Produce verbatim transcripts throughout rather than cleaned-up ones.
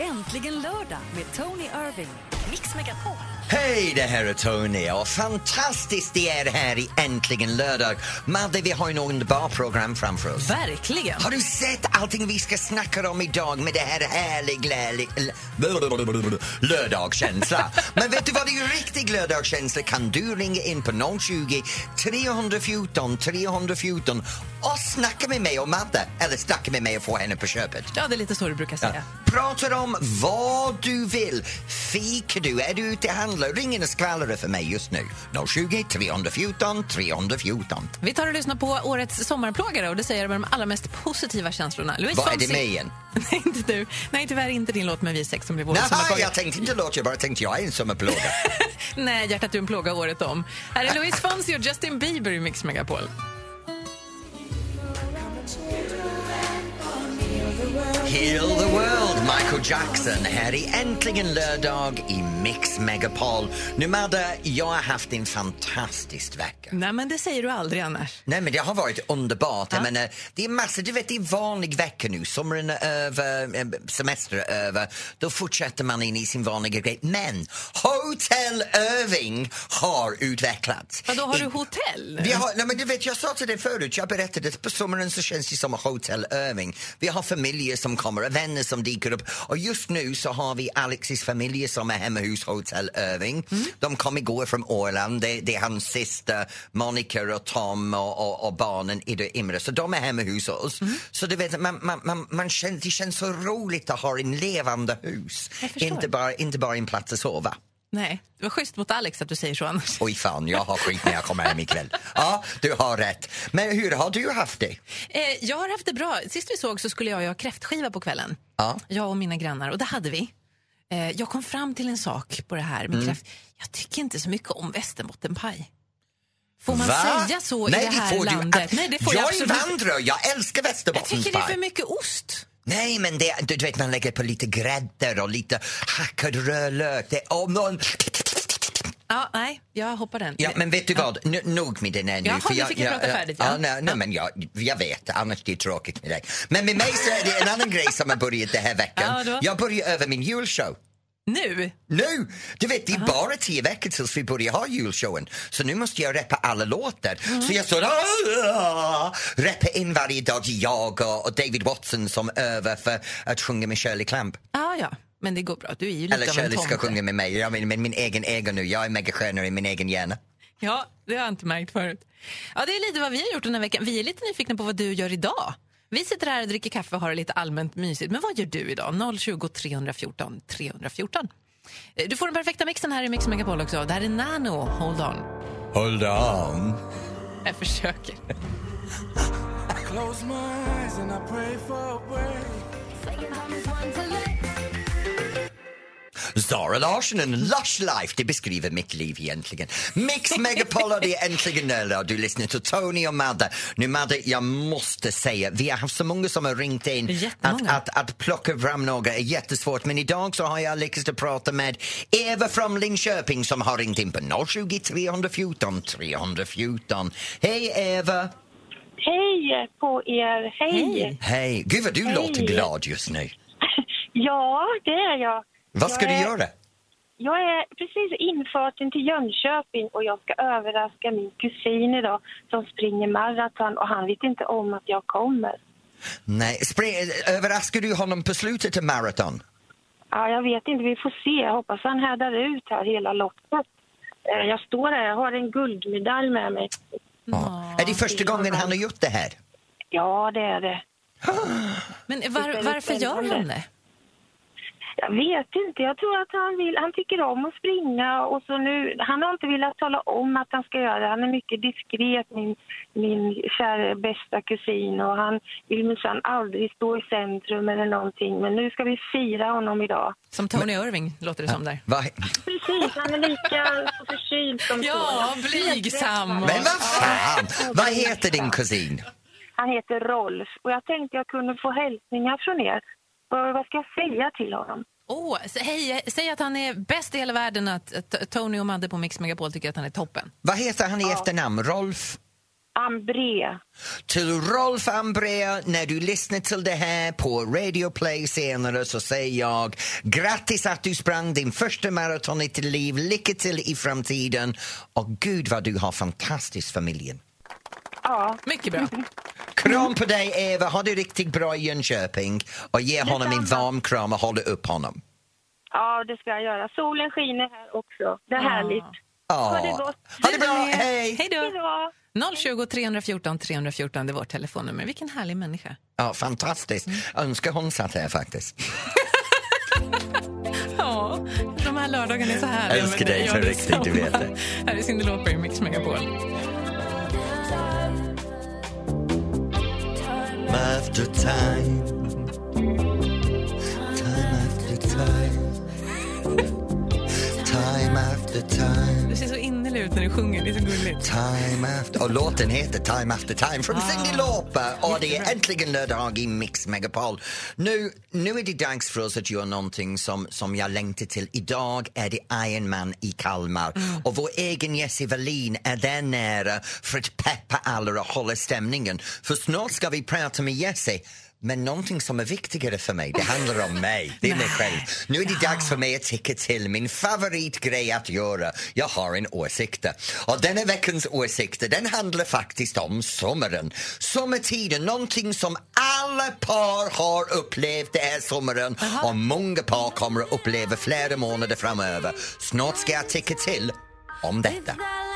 Äntligen lördag med Tony Irving. Mix Megapol. Hej, det här är Tony och fantastiskt det är här i Äntligen lördag. Madde, vi har ju något underbar program framför oss. Verkligen. Har du sett allting vi ska snacka om idag med det här härlig lördagskänsla? Men vet du vad det är ju riktig lördagskänsla? Kan du ringa in på noll tjugo, tre fjorton, tre fjorton och snacka med mig och Madde, eller snacka med mig och få henne på köpet. Ja, det är lite så du brukar säga. Ja. Pratar om vad du vill. Fikar du? Är du ute och handlar? Ring in och skvallra för mig just nu. noll tjugo, tre fjorton, tre fjorton. Vi tar och lyssnar på årets sommarplågare och det säger med de allra mest positiva känslorna. Louise vad Fonsi... är det med igen? Nej, inte du. Nej, tyvärr inte din låt med Vi sex som blir årets sommarplågare. jag tänkte inte låta, jag bara tänkte jag är en sommarplåga. Nej, hjärtat, du är en plåga året om. Här är Louise Fonsi och Justin Bieber i Mix Megapol. Heal the world, Michael Jackson här i Äntligen lördag i Mix Megapol. Nu Madde, jag har haft en fantastisk vecka. Nej, men det säger du aldrig annars. Nej, men det har varit underbart. Ja. Jag menar, det är massor, du vet, det är vanlig vecka nu. Sommaren är över, semester är över. Då fortsätter man in i sin vanliga grej. Men Hotel Irving har utvecklats. Ja, då har I, du hotell? Vi har, nej, men du vet, jag sa till dig förut, jag berättade att på sommaren så känns det som Hotel Irving. Vi har familjer som kommer och vänner som dyker upp. Och just nu så har vi Alexis familj som är hemma hos Hotel Irving. Mm. De kom igår från Åland. Det, det är hans syster Monica och Tom och, och, och barnen Ida och Imre. Så de är hemma hos oss. Mm. Så du vet, man, man, man, man känner, det känns så roligt att ha en levande hus. Inte bara, inte bara en plats att sova. Nej, det var schysst mot Alex att du säger så annars. Oj fan, jag har skit när jag kommer hem ikväll. Ja, du har rätt. Men hur har du haft det? Eh, jag har haft det bra. Sist vi såg så skulle jag ha kräftskiva på kvällen. Ja. Jag och mina grannar, och det hade vi. Eh, jag kom fram till en sak på det här med mm. kräft. Jag tycker inte så mycket om västerbottenpaj. Får man Va? säga så Nej, i det här det landet? Du, Nej, det får jag jag absolut. är invandrare, jag älskar västerbottenspaj. Jag tycker det är för mycket ost. Nej, men det, du, du vet, man lägger på lite grädder och lite hackad rödlök. Det är om någon... Ja, nej, jag hoppar den. Ja, men vet du vad? N- nog med den här nu. Jaha, för nu jag, fick jag prata jag, färdigt, ja. ja, nej, nej, men jag, jag vet, annars det är tråkigt med dig. Men med mig så är det en annan grej som har börjat den här veckan. Ja, jag börjar över min julshow. Nu? Nu! Du vet, det är Aha. bara tio veckor tills vi börjar ha julshowen. Så nu måste jag rappa alla låtar. Mm. Så jag står rappa in varje dag, jag och David Watson som övar för att sjunga med Shirley Clamp. Ja, ja. Men det går bra, du är ju lite Eller av en Shirley tomte. ska sjunga med mig. Jag menar, men min egen egen nu. Jag är megastjärna i min egen hjärna. Ja, det har jag inte märkt förut. Ja, det är lite vad vi har gjort den här veckan. Vi är lite nyfikna på vad du gör idag. Vi sitter här och dricker kaffe och har det lite allmänt mysigt. Men vad gör du idag? noll tjugo, tre fjorton, tre fjorton. Du får den perfekta mixen här i Mix Megapol också. Det här är Nano, Hold On. Hold on. Jag försöker. Close my eyes and I pray for a break. Zara Larsson, en lush life. Det beskriver mitt liv egentligen. Mix Megapol, det är äntligen lördag. Du lyssnar till Tony och Madde. Nu Madde, jag måste säga, vi har haft så många som har ringt in att, att, att plocka fram några är jättesvårt. Men idag så har jag lyckats att prata med Eva från Linköping som har ringt in på noll tjugo, tre fjorton, tre fjorton. Hej Eva! Hej på er, hej! Hej! Hej! Gud vad du Hej. låter glad just nu. Ja, det är jag. Vad ska jag du är, göra? Jag är precis infarten till Jönköping och jag ska överraska min kusin idag som springer maraton och han vet inte om att jag kommer. Nej, spring, överraskar du honom på slutet av maraton? Ja, jag vet inte, vi får se. Jag hoppas han härdar ut här hela loppet. Eh, Jag står här, jag har en guldmedalj med mig. Ja. Är det första gången han har gjort det här? Ja, det är det. Men var, varför gör han det? Jag vet inte, jag tror att han vill, han tycker om att springa och så nu, han har inte velat tala om att han ska göra det. Han är mycket diskret, min, min kära bästa kusin, och han vill minsann aldrig stå i centrum eller någonting. Men nu ska vi fira honom idag. Som Tony Irving låter det som där. Va? Precis, han är lika så förkyld som Ja, så. blygsam. Men vad fan? Vad heter din kusin? Han heter Rolf och jag tänkte jag kunde få hälsningar från er. Vad vad ska jag säga till honom? Åh, oh, hej, säg att han är bäst i hela världen, att, att Tony och Madde på Mix Megapol tycker att han är toppen. Vad heter han i efternamn? Rolf? Ambré. Till Rolf Ambré, när du lyssnar till det här på Radio Play senare så säger jag grattis att du sprang din första maraton i ditt liv. Lycka till i framtiden. Och gud vad du har fantastisk familjen. Ja. Mycket bra. Kram på dig, Eva. Ha det riktigt bra i Jönköping. Och ge honom en varm kram och hålla upp honom. Ja, det ska jag göra. Solen skiner här också. Det är Ja. härligt. Ja. Ha det gott. Ha det bra, hej! Hej då. Hej då. noll tjugo, tre fjorton, tre fjorton, det är vårt telefonnummer. Vilken härlig människa. Ja, fantastiskt. Önskar hon satt här faktiskt. Ja, de här lördagarna är så här. Jag älskar dig för riktigt, du vet det. Här är Cyndi Lauper i Mix Megapol. After time, time after time, time after time. Du ser så innerlig ut när du sjunger, det är så gulligt. Time after... Och låten heter Time After Time från ah, Cyndi Lauper. Och det är äntligen lördag i Mix Megapol. Nu, nu är det dags för oss att göra någonting som, som jag längtar till. Idag är det Ironman i Kalmar. Mm. Och vår egen Jessie Wallin är där nära för att peppa alla och hålla stämningen. För snart ska vi prata med Jessie. Men någonting som är viktigare för mig, det handlar om mig. Det är mig själv. Nu är det dags för mig att tycka till min favoritgrej att göra. Jag har en åsikt. Och denna veckans åsikt, den handlar faktiskt om sommaren. Sommartiden, någonting som alla par har upplevt det här sommaren. Aha. Och många par kommer att uppleva flera månader framöver. Snart ska jag tycka till om detta.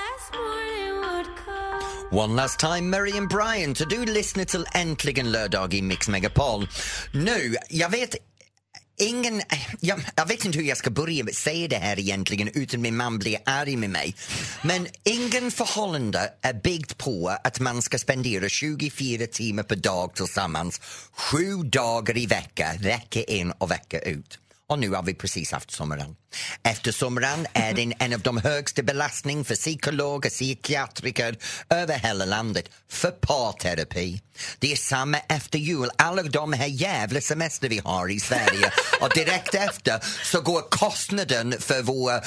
One last time, Mary and Brian. Så du lyssnar till Äntligen lördag i Mix Megapol. Nu, jag vet... Ingen, jag, jag vet inte hur jag ska börja säga det här egentligen utan min man blir arg med mig. Men ingen förhållande är byggt på att man ska spendera tjugofyra timmar per dag tillsammans. Sju dagar i vecka, vecka in och vecka ut. Och nu har vi precis haft sommaren. Efter sommaren är det en av de högsta belastning för psykologer, psykiatriker över hela landet för parterapi. Det är samma efter jul. Alla de här jävla semester vi har i Sverige. Och direkt efter så går kostnaden för vår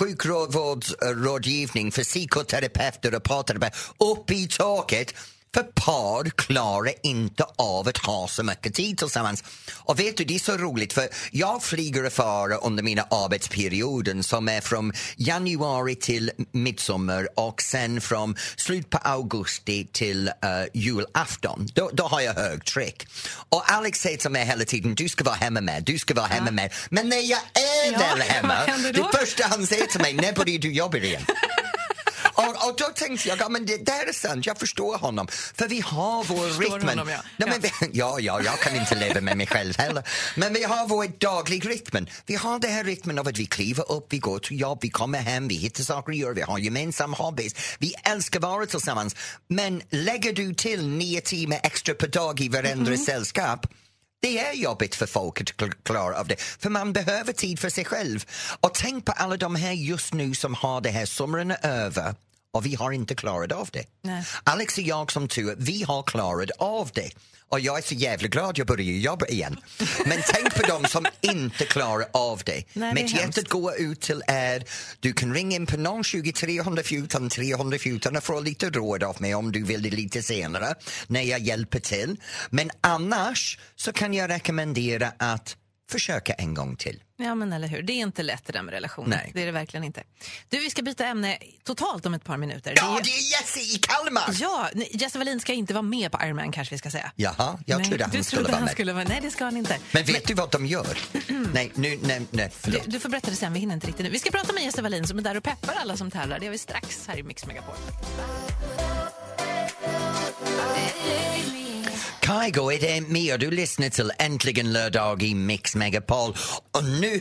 sjukvårdsrådgivning för psykoterapeuter och parterapeuter upp i taket. För par klarar inte av att ha så mycket tid tillsammans. Och vet du, det är så roligt för jag flyger och far under mina arbetsperioden som är från januari till midsommar och sen från slut på augusti till uh, julafton. Då, då har jag hög tryck. Och Alex säger till mig hela tiden, du ska vara hemma med, du ska vara hemma med. Men när jag är ja, där hemma, det första han säger till mig, när börjar du jobba igen? Och, och då tänkte jag, ja, men det, det är sant, jag förstår honom. För vi har vår rytm. Honom, ja. Ja, men vi, ja, ja, jag kan inte leva med mig själv heller. Men vi har vår daglig rytm. Vi har det här rytmen av att vi kliver upp, vi går till jobb, vi kommer hem, vi hittar saker att göra, vi har gemensamma hobbies. Vi älskar vara tillsammans. Men lägger du till nio timmar extra per dag i varandras mm-hmm. sällskap, det är jobbigt för folk att klara av det. För man behöver tid för sig själv. Och tänk på alla de här just nu som har det här sommaren över. Och vi har inte klarat av det. Nej. Alex och jag som tur, vi har klarat av det. Och jag är så jävla glad jag börjar jobba igen. Men tänk på dem som inte klarar av det. Nej, Mitt hjärta går ut till er. Du kan ringa in på noll tjugo, tre fjorton, tre fjorton och få lite råd av mig om du vill det lite senare. När jag hjälper till. Men annars så kan jag rekommendera att försöka en gång till. Ja, men eller hur. Det är inte lätt det där med relationen. Nej. Det är det verkligen inte. Du, vi ska byta ämne totalt om ett par minuter. Ja, det är, det är Jessie i Kalmar! Ja, Jessie Wallin ska inte vara med på Ironman kanske vi ska säga. Jaha, jag nej, trodde han du skulle trodde vara han med. Skulle vara, nej, det ska han inte. Men vet men, du vad de gör? nej, nu, nej, nej, du, du får berätta det sen, vi hinner inte riktigt nu. Vi ska prata med Jessie Wallin som är där och peppar alla som tävlar. Det gör vi strax här i Mix Megapol. Kygo är det med och du lyssnar till Äntligen lördag i Mix Megapol. Och nu...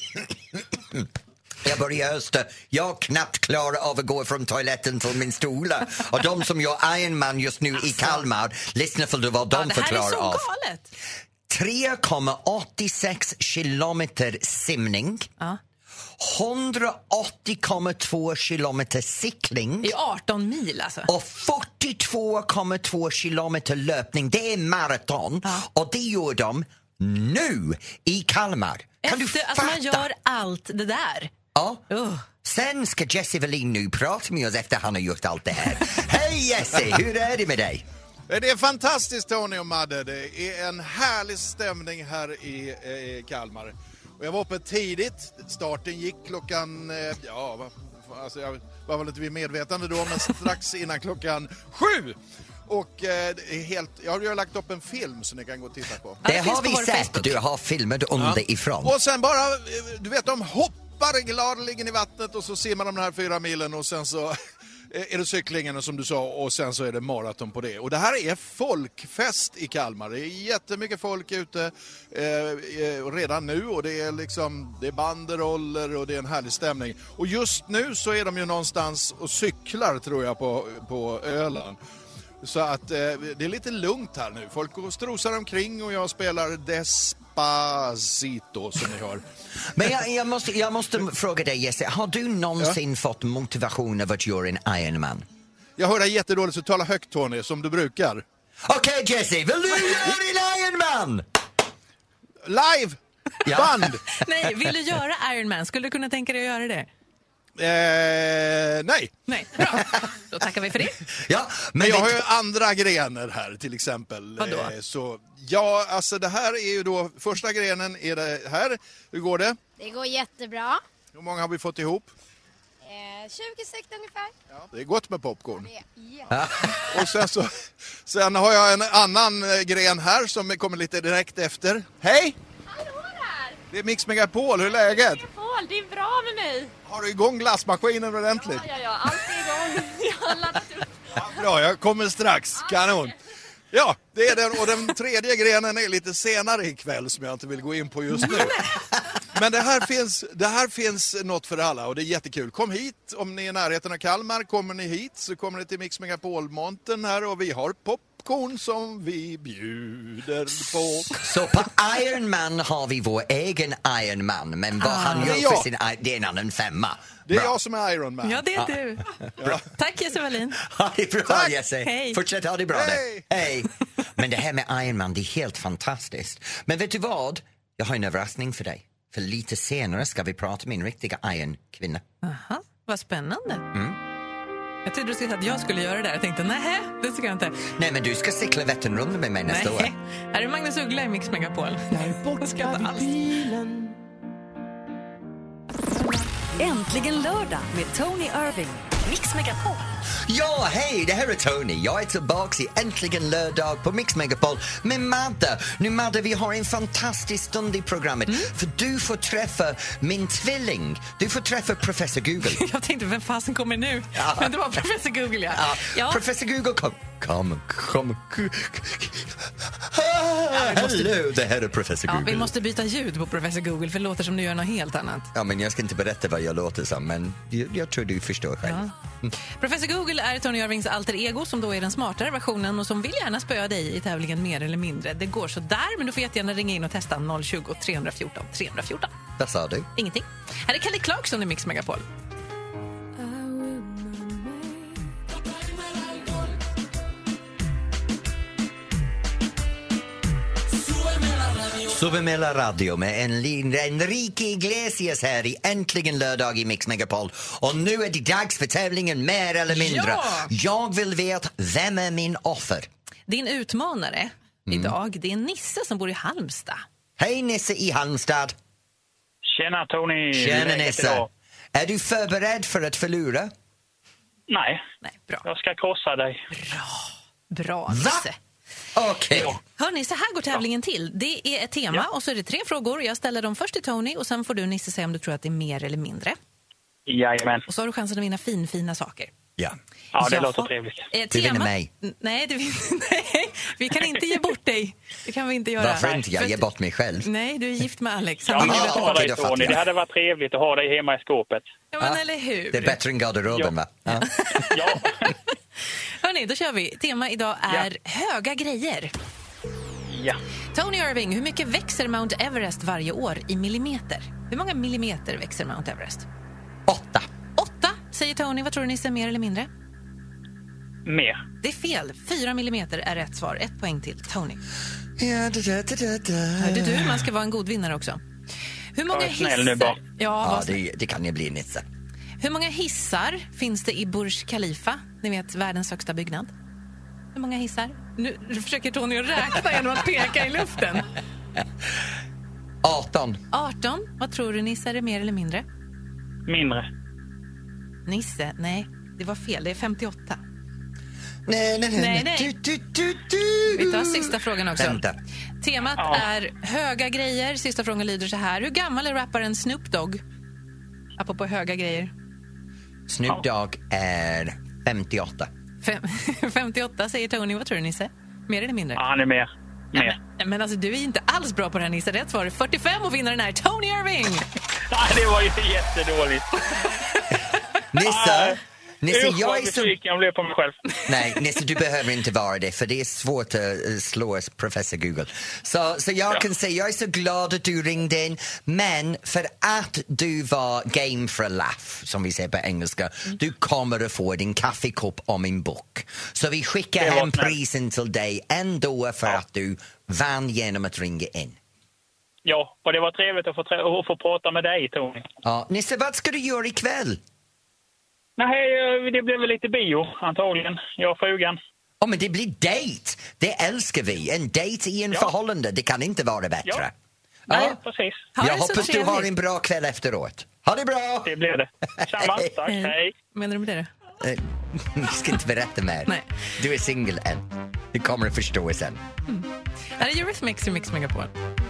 jag börjar hösta. Jag knappt klarar av att gå från toaletten till min stola. Och de som gör Ironman just nu i Kalmar, lyssna för vad de ja, förklarar av. Det här är så galet. tre komma åttiosex kilometer simning. Ja. hundraåttio komma två kilometer cykling. I arton mil alltså. Och fyrtiotvå komma två kilometer löpning. Det är maraton. Ja. Och det gör de nu i Kalmar. Kan Efter du fatta? Att man gör allt det där. Ja. Uh. Sen ska Jesse Wallin nu prata med oss efter han har gjort allt det här. Hej Jesse, hur är det med dig? Det är fantastiskt, Tony och Madde. Det är en härlig stämning här i, i Kalmar. Och jag var uppe tidigt. Starten gick klockan... Ja, alltså jag var väl inte vid medvetande då, men strax innan klockan sju. Och eh, det är helt, jag har ju lagt upp en film som ni kan gå och titta på. Det det har finns på vi vår sett, Facebook. du har filmat underifrån. Och sen bara, du vet, de hoppar gladeligen i vattnet och så simmar de den här fyra milen och sen så är det cyklingen som du sa och sen så är det maraton på det. Och det här är folkfest i Kalmar. Det är jättemycket folk ute eh, redan nu och det är liksom det är banderoller och det är en härlig stämning. Och just nu så är de ju någonstans och cyklar tror jag på, på Öland. Så att eh, det är lite lugnt här nu. Folk går och strosar omkring och jag spelar Despacito som ni hör. Men jag, jag, måste, jag måste fråga dig Jesse, har du någonsin Ja. fått motivation av att göra en Ironman? Jag hör dig jättedåligt så tala högt Tony, som du brukar. Okej okay, Jesse, vill du göra en Ironman? Live! Ja. Band! Nej, vill du göra Iron Man? Skulle du kunna tänka dig att göra det? Eh, nej. Nej, bra. Då tackar vi för det. Ja, men Men jag har vet- ju andra grener här till exempel. Vadå? Eh, så, ja, alltså det här är ju då, första grenen är det här. Hur går det? Det går jättebra. Hur många har vi fått ihop? Eh, tjugo stycken ungefär. Ja, det är gott med popcorn. Det är Och sen, så, sen har jag en annan eh, gren här som kommer lite direkt efter. Hej! Hallå där! Det är Mix Megapol, hur är läget? Paul, det är bra med mig. Har du igång glassmaskinen ordentligt? Ja, ja, allt är igång. Jag har laddat upp. Ja, bra, jag kommer strax. Kanon. Ja, det är den. Och den tredje grenen är lite senare ikväll som jag inte vill gå in på just nu. Men det här finns, det här finns något för alla och det är jättekul. Kom hit om ni är i närheten av Kalmar. Kommer ni hit så kommer ni till Mix Megapol-monten här och vi har popcorn som vi bjuder på. Så på Ironman har vi vår egen Ironman, men vad han Det gör är för jag. sin det är en annan femma. Det är Bra. jag som är Iron Man. Ja, det är du. Tack Jesse Wallin. Ha det bra Tack. Jesse. Hej. Fortsätt ha det bra Hej. där. Hej. Men det här med Ironman, det är helt fantastiskt. Men vet du vad? Jag har en överraskning för dig. För lite senare ska vi prata med en riktiga Iron-kvinna. Aha, vad spännande. Mm. Jag trodde du skulle säga att jag skulle göra det där. Jag tänkte, nej, det ska jag inte. Nej, men du ska cykla Vätternrundan med mig nästa år. Nej, här är Magnus Uggla i Mix Megapol. Jag är borta ska inte alls. vid bilen. Äntligen lördag med Tony Irving. Mix Megapol. Ja, hej, det här är Tony. Jag är tillbaka i Äntligen lördag på Mix Megapol med Madde. Nu Madde, vi har en fantastisk stund i programmet. Mm. För du får träffa min tvilling. Du får träffa Professor Google. Jag tänkte, vem fasen kommer nu? Ja. Men det var Professor Google, ja. Ja, ja. Professor Google, kom. Kom, kom. Hallå, det här är Professor Ja, Google. vi måste byta ljud på Professor Google för det låter som du gör något helt annat. Ja, men jag ska inte berätta vad jag låter som, men jag, jag tror du förstår själv. Ja. Professor Google är Tony Irvings alter ego som då är den smartare versionen och som vill gärna spöa dig i tävlingen mer eller mindre. Det går så där, men du får jättegärna ringa in och testa noll tjugo, tre fjorton, tre fjorton. Vad sa du? Ingenting. Här är Kelly Clarkson i Mix Megapol. Subemela Radio med en Enrique Iglesias här i Äntligen lördag i Mix Megapol. Och nu är det dags för tävlingen mer eller mindre. Ja! Jag vill veta, vem är min offer? Din utmanare Mm. idag, det är Nisse som bor i Halmstad. Hej Nisse i Halmstad. Tjena Tony! Tjena Läget Nisse. idag? Är du förberedd för att förlora? Nej, Nej, bra. jag ska krossa dig. Bra, Va? Nisse. Okej. Ja. Hörrni, så här går tävlingen till. Det är ett tema och så är det tre frågor. Jag ställer dem först till Tony och sen får du, Nisse, säga om du tror att det är mer eller mindre. Jajamän. Och så har du chansen att vinna fin, fina saker. Ja. Ja, det Jaha. låter trevligt. Eh, Du vinner mig. N- Nej, det vin- nej, vi kan inte ge bort dig. Det kan vi inte göra. Varför inte? Jag För ger att- bort mig själv. Nej, du är gift med Alex. Ja, Han men vill jag ju Ah, har veta. okej, dig då fattar Tony. jag. Det hade varit trevligt att ha dig hemma i skåpet. Ja, men Ja, eller hur? Det är bättre än garderoben, va? Ja. Ja. Hörni, då kör vi. Tema idag är höga grejer. Ja. Tony Irving, hur mycket växer Mount Everest varje år i millimeter? Hur många millimeter växer Mount Everest? Åtta. Åtta, säger Tony. Vad tror du, Nisse, mer eller mindre? Mer. Det är fel. Fyra millimeter är rätt svar. Ett poäng till Tony. Ja, da, da, da, da. Hörde du? Man ska vara en god vinnare också. Hur många Jag är snäll hissar? nu bara. Ja, Ja, vad- det, det kan ju bli Nisse. Hur många hissar finns det i Burj Khalifa? Ni vet, världens högsta byggnad. Hur många hissar? Nu försöker Tony att räkna genom att peka i luften. arton. arton. Vad tror du, Nisse? Är det mer eller mindre? Mindre. Nisse, nej. Det var fel. Det är femtioåtta. Nej, nej, nej. Nej, nej. Du, du, du, du. Vi tar sista frågan också. Vänta. Temat Ja. är höga grejer. Sista frågan lyder så här. Hur gammal är rapparen Snoop Dogg? Apropå höga grejer. Snoop Dogg är femtioåtta. Fem, femtioåtta säger Tony. Vad tror du, Nisse? Mer eller mindre? Ja, han är mer. Ja, Mer. men, men alltså, du är inte alls bra på det här, Nisse. Rätt svar är fyrtiofem och vinnaren är Tony Irving. Nej, det var ju jättedåligt. Nisse, Nisse, Usch, jag vad är så... besviken jag blev på mig själv. Nej, Nisse, du behöver inte vara det, för det är svårt att uh, slå professor Google. Så, så jag Ja. kan säga, jag är så glad att du ringde in, men för att du var game for a laugh, som vi säger på engelska, Mm. du kommer att få din kaffekopp och min bok. Så vi skickar Det var hem snällt. prisen till dig ändå för Ja. att du vann genom att ringa in. Ja, och det var trevligt att få, trä- att få prata med dig, Tony. Ja, Nisse, vad ska du göra ikväll? Nej, det blev väl lite bio, antagligen. Jag och frugan. Ja, men det blir dejt. Det älskar vi. En dejt i en Ja. förhållande, det kan inte vara bättre. Ja. Ja. Nej, precis. Ha Jag det så hoppas du har trevligt. en bra kväll efteråt. Ha det bra! Det blev det. Samma, tack, Hej. hej. Menar du med det då? Eh, Du ska inte berätta mer. Nej. Du är singel än. Du kommer att förstå sen. Här är Eurythmics i Mix Megapol.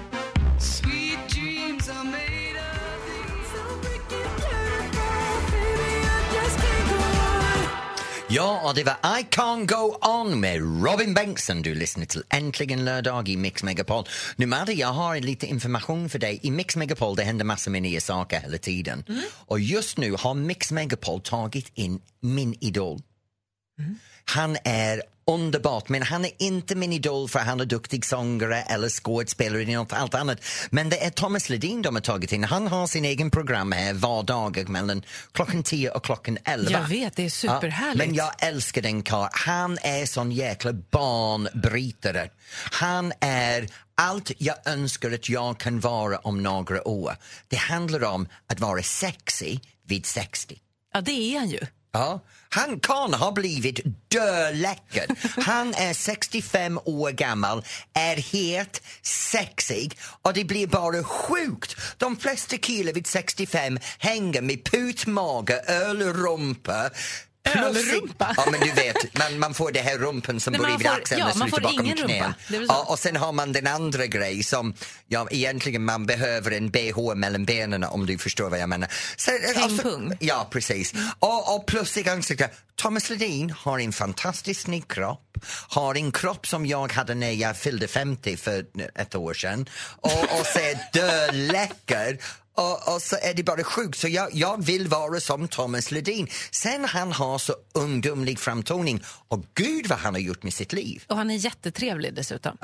Ja, och det var I Can't Go On med Robin Bengtsson. Du lyssnar till Äntligen lördag i Mix Megapol. Nu, Madde, jag har lite information för dig. I Mix Megapol det händer massor med nya saker hela tiden. Mm. Och just nu har Mix Megapol tagit in min idol. Mm. Han är underbart, men han är inte min idol för han är duktig sångare eller skådespelare eller något allt annat. Men det är Thomas Ledin de har tagit in. Han har sin egen program här vardagar mellan klockan tio och klockan elva. Jag vet, det är superhärligt. Ja, men jag älskar den karl. Han är sån jäkla barnbrytare. Han är allt jag önskar att jag kan vara om några år. Det handlar om att vara sexy vid sextio. Ja, det är han ju. Ja, han kan ha blivit döläcker. Han är sextiofem år gammal, är het, sexig och det blir bara sjukt. De flesta killar vid sextiofem hänger med putmage, ölrumpa. Ölrumpa? Ja, men du vet, man, man får det här rumpen som Nej, börjar man vid får- axeln ja, och man slutar får bakom ingen knän. rumpa. Det är väl så. Ja, och sen har man den andra grej som, ja, egentligen man behöver en B H mellan benen om du förstår vad jag menar. Så, Hängpung. Ja, precis. Och, och plus i ansiktet. Thomas Ledin har en fantastisk snygg kropp. Har en kropp som jag hade när jag fyllde femtio för ett år sedan. Och, och ser döläcker. Och, och så är det bara sjukt. Så jag, jag vill vara som Thomas Ledin. Sen han har så ungdomlig framtoning. Och gud vad han har gjort med sitt liv. Och han är jättetrevlig dessutom.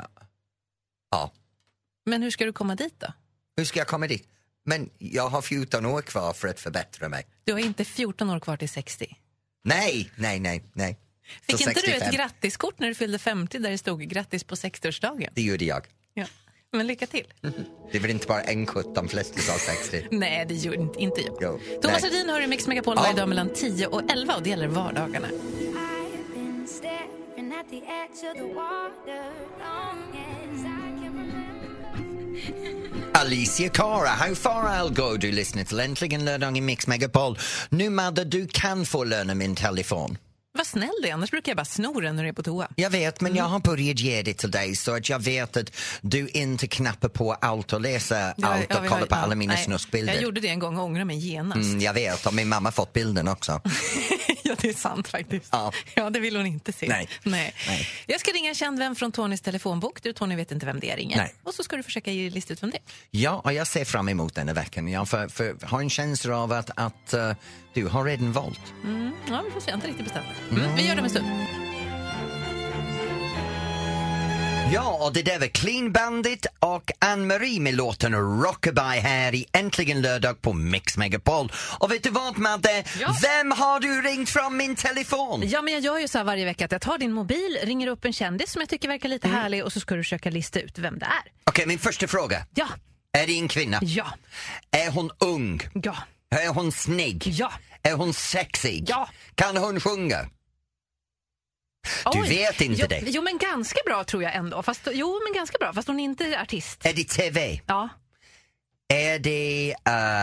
Ja. Men hur ska du komma dit då? Hur ska jag komma dit? Men jag har fjorton år kvar för att förbättra mig. Du har inte fjorton år kvar till sextio. Nej, nej, nej, nej. Fick Så inte du sextiofem. ett grattiskort när du fyllde femtio där det stod grattis på sextioårsdagen? Det gjorde jag. Ja. Men lycka till. Det är väl inte bara en kutt, de flesta sa sextio. Nej, det gjorde inte- inte jag. Jo, Thomas nej. Ledin hör i Mix Megapol Ja. varje dag mellan tio och elva och det gäller vardagarna. I've been staring at the edge of the water long as I can remember. Alicia Cara, How far I'll go, du lyssnar till Äntligen lördag i Mix Megapol. Nu Madde, du kan få löna min telefon. Vad snäll det är, annars brukar jag bara sno den när du är på toa. Jag vet, men jag har börjat ge det till dig så att jag vet att du inte knappar på allt och läser Ja, allt ja, och vi kollar har- på ja, alla mina nej, snuskbilder. Jag gjorde det en gång och ångrar mig genast. Mm, jag vet, och min mamma fått bilden också. Ja, det är sant faktiskt. Ja. Ja, det vill hon inte se. Nej. Nej. Nej. Jag ska ringa en känd vän från Tonys telefonbok. Du, Tony, vet inte vem det är ringer. Nej. Och så ska du försöka ge lista ut vem det är. Ja, och jag ser fram emot denna veckan. Jag för, för, har en känsla av att, att uh, du har redan valt. Mm. Ja, vi får se. Jag har inte riktigt bestämt mig. Mm. Vi gör det om en stund. Ja, och det där var Clean Bandit och Anne-Marie med låten Rockabye här i Äntligen lördag på Mix Megapol. Och vet du vad, Madde? Ja. Vem har du ringt från min telefon? Ja, men jag gör ju så här varje vecka att jag tar din mobil, ringer upp en kändis som jag tycker verkar lite härlig och så ska du försöka lista ut vem det är. Okej, min första fråga. Ja, Är det en kvinna? Ja. Är hon ung? Ja. Är hon snygg? Ja. Är hon sexig? Ja. Kan hon sjunga? Du Oj. vet inte jo, det. Jo, men ganska bra tror jag ändå. Fast, jo, men ganska bra. Fast hon är inte artist. Är det T V? Ja. Är det...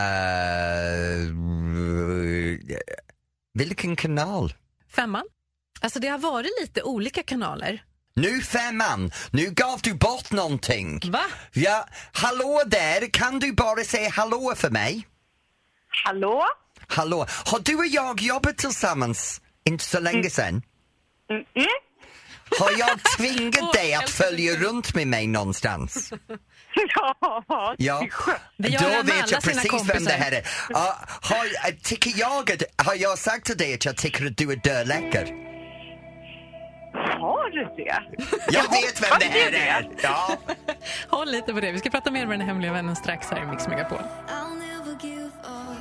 Uh, vilken kanal? Femman. Alltså det har varit lite olika kanaler. Nu femman, nu gav du bort någonting. Va? Ja, hallå där, kan du bara säga hallå för mig? Hallå? Hallå, har du och jag jobbat tillsammans inte så länge sedan? Mm. Mm. Har jag tvingat Åh, dig att älskar följa runt med mig någonstans? Ja, Ja, Det gör då han med vet alla jag sina precis vem kompisar. det här är. Uh, har, tycker jag att, har jag sagt till dig att jag tycker att du är dödläcker? har du det? Jag vet vem det här är. Ja. Håll lite på det. Vi ska prata mer med den hemliga vännen strax här i Mix Megapol. I'll never give up.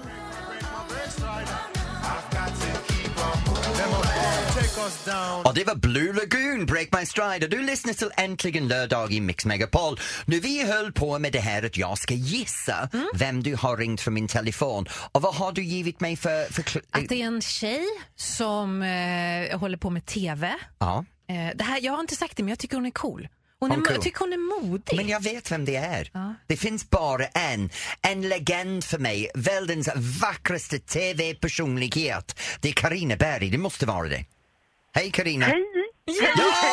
Och det var Blue Lagoon, Break My Stride. Och du lyssnar till Äntligen lördag i Mix Megapol. Nu vi höll på med det här att jag ska gissa mm. vem du har ringt från min telefon. Och vad har du givit mig för... för kl- Att det är en tjej som eh, håller på med tv. Ja. Eh, det här, jag har inte sagt det, men jag tycker hon är cool. Hon är, Hon cool. Jag tycker hon är modig. Men jag vet vem det är. Ja. Det finns bara en. En legend för mig. Världens vackraste tv-personlighet. Det är Carina Berg, det måste vara det. Hej Carina. Hej! Ja!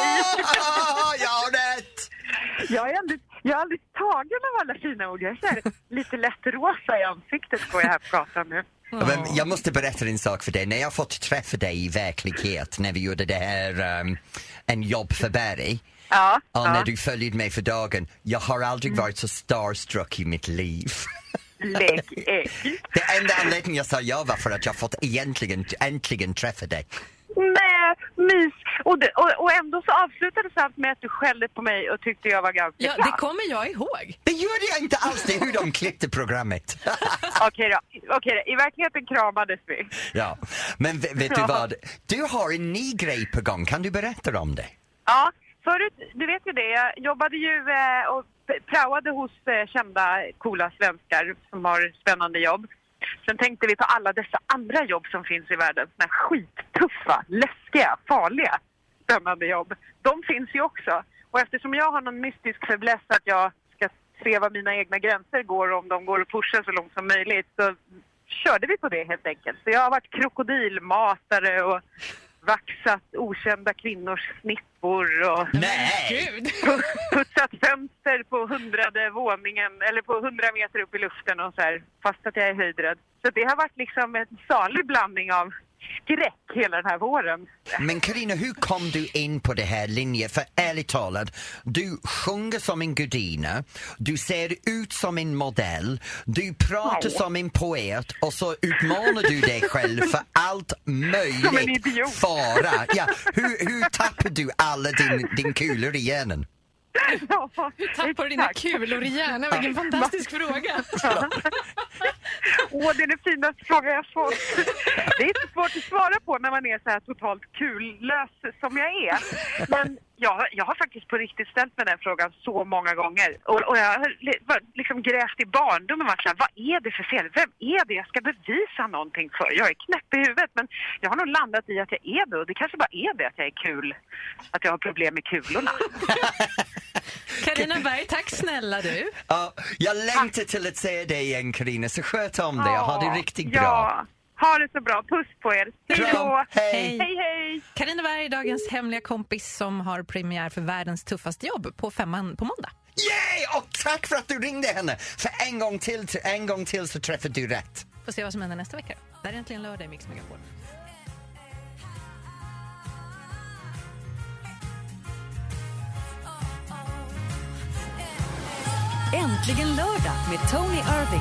Jag har rätt! Jag är alldeles, jag är alldeles tagen av alla fina ord. Jag är så här, lite lätt rosa i ansiktet går jag här på gatan nu. Ja, men jag måste berätta en sak för dig. När jag fått träffa dig i verklighet, när vi gjorde det här um, en jobb för Berg. Ja, och ja. när du följde mig för dagen, jag har aldrig varit så starstruck i mitt liv. Lägg ägg. Det enda anledningen jag sa ja var för att jag fått egentligen äntligen träffa dig. Nej, mys. Och, det, och, och ändå så avslutades allt med att du skällde på mig och tyckte jag var ganska Ja, bra. det kommer jag ihåg. Det gjorde jag inte alls, det är hur de klippte programmet. Okej då, okej då. I verkligheten kramades vi. Ja, men vet, vet du vad? Du har en ny grej på gång, kan du berätta om det? Ja, förut, du vet ju det, jag jobbade ju eh, och praoade hos eh, kända, coola svenskar som har spännande jobb. Sen tänkte vi på alla dessa andra jobb som finns i världen. Såna här skittuffa, läskiga, farliga, spännande jobb. De finns ju också. Och eftersom jag har någon mystisk fäbless att jag ska se vad mina egna gränser går och om de går att pusha så långt som möjligt, så körde vi på det helt enkelt. Så jag har varit krokodilmatare och vaxat okända kvinnors snippor och Nej! putsat fönster på hundrade våningen eller på hundra meter upp i luften och så här, fast att jag är höjdrädd. Så det har varit liksom en salig blandning av skräck hela den här våren. Men Carina, hur kom du in på det här linjen? För ärligt talat, du sjunger som en gudinna, du ser ut som en modell, du pratar Ja. som en poet och så utmanar du dig själv för allt Som en möjligt idiot. fara. Ja, hur, hur tappar du alla din, din kulor i hjärnan? Ja, Hur tappar du dina exakt. kulor i hjärnan? Vilken fantastisk fråga. Åh, det är den finaste frågan jag fått. Det är inte svårt att svara på när man är så här totalt kullös som jag är. Men jag, jag har faktiskt på riktigt ställt mig den frågan så många gånger. Och, och jag har li- liksom grävt i barndomen och varit så här, vad är det för fel? Vem är det jag ska bevisa någonting för? Jag är knäpp i huvudet, men jag har nog landat i att jag är det. Och det kanske bara är det att jag är kul. Att jag har problem med kulorna. Carina Berg, tack snälla du. Ja, jag längtar till att se dig igen, Carina, så sköt om dig och ha det riktigt bra. Ja, ha det så bra. Puss på er. Hej då. Kram, hej. Hej, hej. Carina Berg, dagens hemliga kompis som har premiär för världens tuffaste jobb på Femman på måndag. Yay! Och tack för att du ringde henne. För en gång till, en gång till så träffade du rätt. Får se vad som händer nästa vecka. Det är äntligen lördag i Mix Megapol. Äntligen lördag med Tony Irving.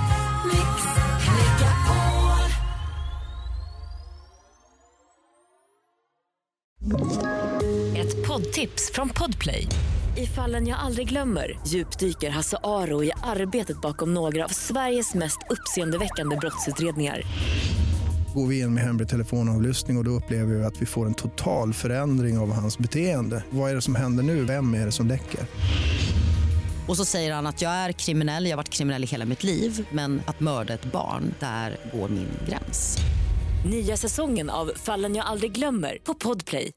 Ett poddtips från Podplay. I Fallen jag aldrig glömmer djupdyker Hasse Aro i arbetet bakom några av Sveriges mest uppseendeväckande brottsutredningar. Går vi in med hemlig telefonavlyssning och, och då upplever vi att vi får en total förändring av hans beteende. Vad är det som händer nu? Vem är det som läcker? Och så säger han att jag är kriminell, jag har varit kriminell i hela mitt liv. Men att mörda ett barn, där går min gräns. Nya säsongen av Fallen jag aldrig glömmer på Podplay.